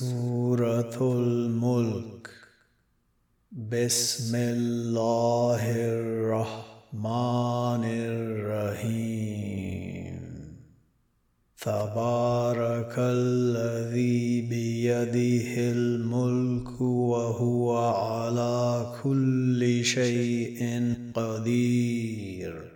سورة الملك. بسم الله الرحمن الرحيم. تبارك الذي بيده الملك وهو على كل شيء قدير.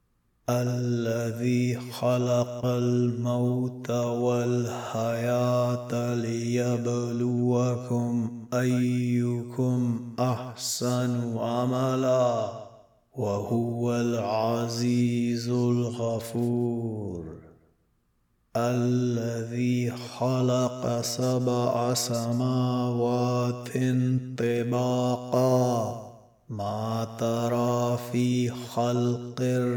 الذي خلق الموت والحياة ليبلوكم أيكم أحسن عملا وهو العزيز الغفور. الذي خلق 7 سماوات طباقا ما ترى في خلق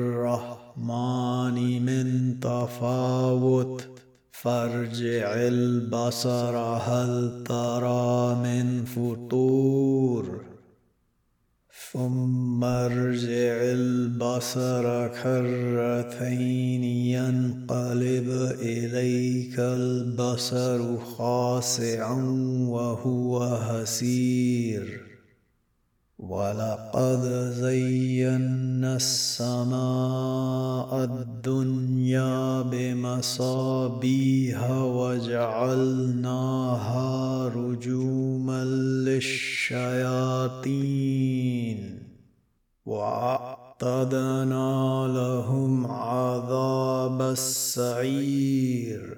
الرحمن من تفاوت فارجع البصر هل ترى من فطور ثم ارجع البصر كرتين ينقلب إليك البصر خاسعا وهو حسير. ولقد زينا السماء الدنيا بمصابيح وجعلناها رجوما للشياطين وأعتدنا لهم عذاب السعير.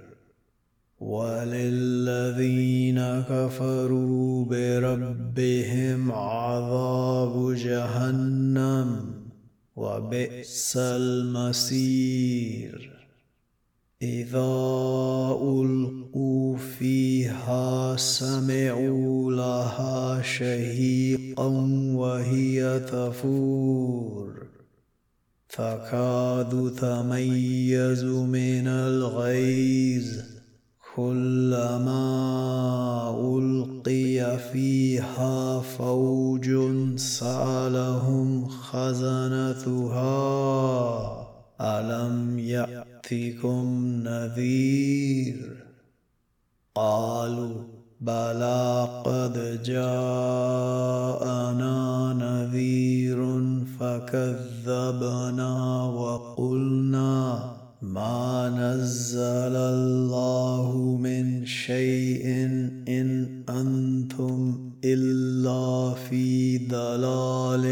وللذين كفروا بربهم عذاب جهنم وبئس المصير. إذا ألقوا فيها سمعوا لها شهيقا وهي تفور تكاد تميز من الغيظ كلما ألقي فيها فوج سألهم خزنتها ألم يأتكم نذير قالوا بلى قد جاءنا نذير فكذبنا وقلنا ما نزل الله من شيء إن أنتم إلا في ضلال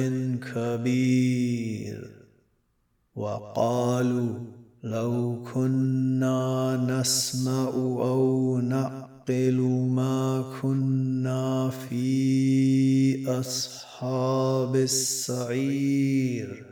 كبير. وقالوا لو كنا نسمع أو نعقل ما كنا في أصحاب السعير.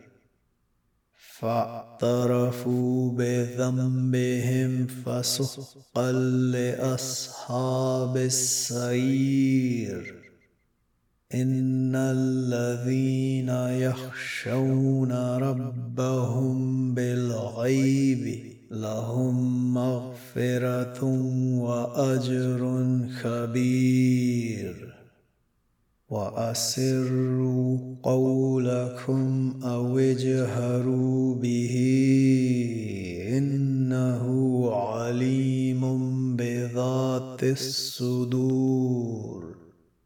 فاعترفوا بذنبهم فسحقا لأصحاب السعير. إن الذين يخشون ربهم بالغيب لهم مغفرة وأجر كبير. وأسروا قولكم أو اجهروا به إنه عليم بذات الصدور.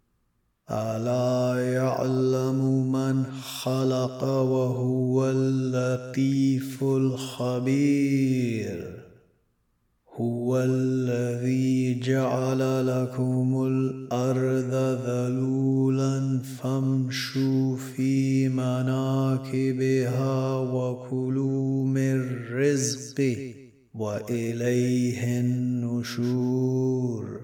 ألا يعلم من خلق وهو اللطيف الخبير. هو الذي جعل لكم الأرض ذلولا فامشوا في مناكبها وكلوا من رزقه وإليه النشور.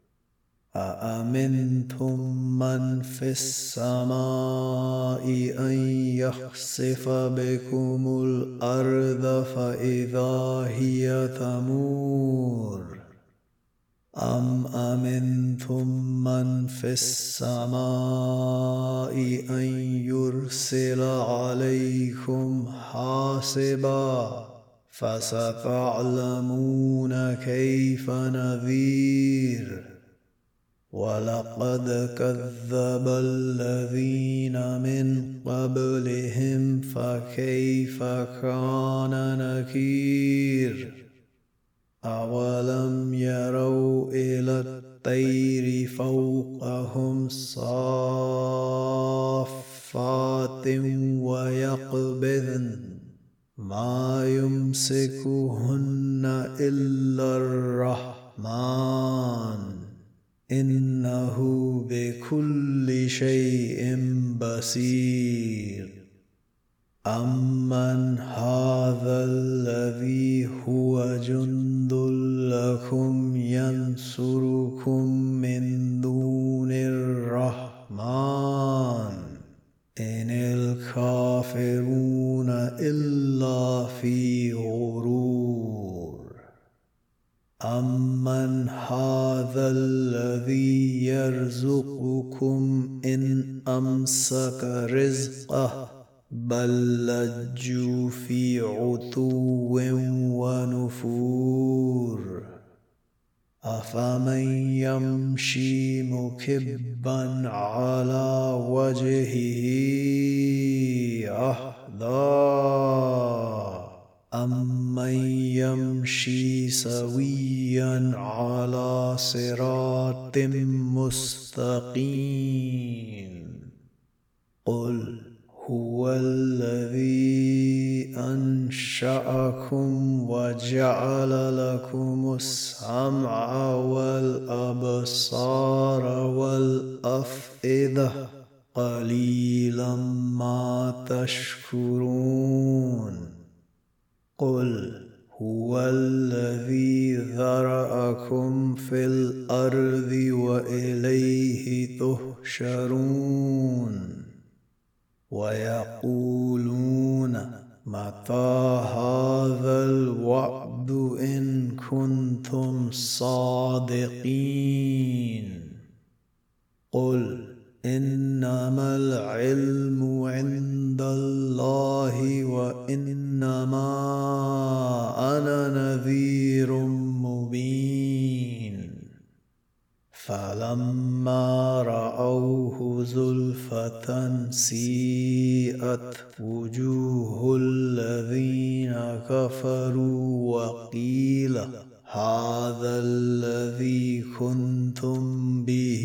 أأمنتم من في السماء أن يخسف بكم الأرض فإذا هي تمور أم أمنتم من في السماء أن يرسل عليكم حاصبا فستعلمون كيف نذير. ولقد كذب الذين من قبلهم فكيف كان نكير. أولم يروا إلى الطير صافات ويقبضن ما يمسكهن إلا الرحمن إنه بكل شيء بصير. أمن هذا الذي هو جند لكم ينصركم من دون الرحمن إن الكافرون إلا في غرور. أمن هذا الذي يرزقكم إن أمسك رزقه بل لجوا في عتو ونفور. أفمن يمشي مكبا على وجهه أهدى أمن يمشي سويا على صراط مستقيم. قل هو الذي أنشأكم وجعل لكم السمع والأبصار والأفئدة قليلا ما تشكرون. قل هو الذي ذرأكم في الأرض وإليه تحشرون. ويقولون متى هذا الوعد إن كنتم صادقين. قل إنما العلم عند الله وإنما أنا نذير مبين. فلما رأوه زلفة سيئت وجوه الذين كفروا وقيل هذا الذي كنتم به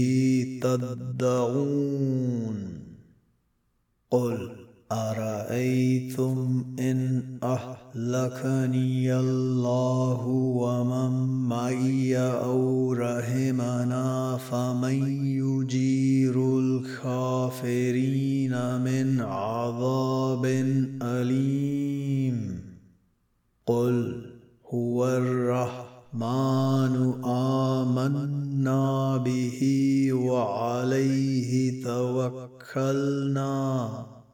تدعون. قل أرأيتم إن أهلكني الله ومن معي أو رحمنا فمن يجير الكافرين من عذاب أليم. قل هو الرحمن آمنا به وعليه توكلنا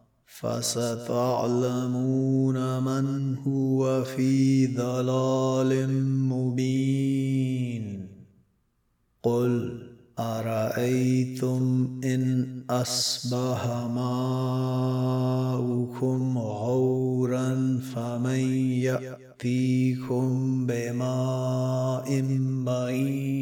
فستعلمون من هو في ضلال مبين. قل أرأيتم إن أصبح ماؤكم غورا فمن يأتيكم بماء معين.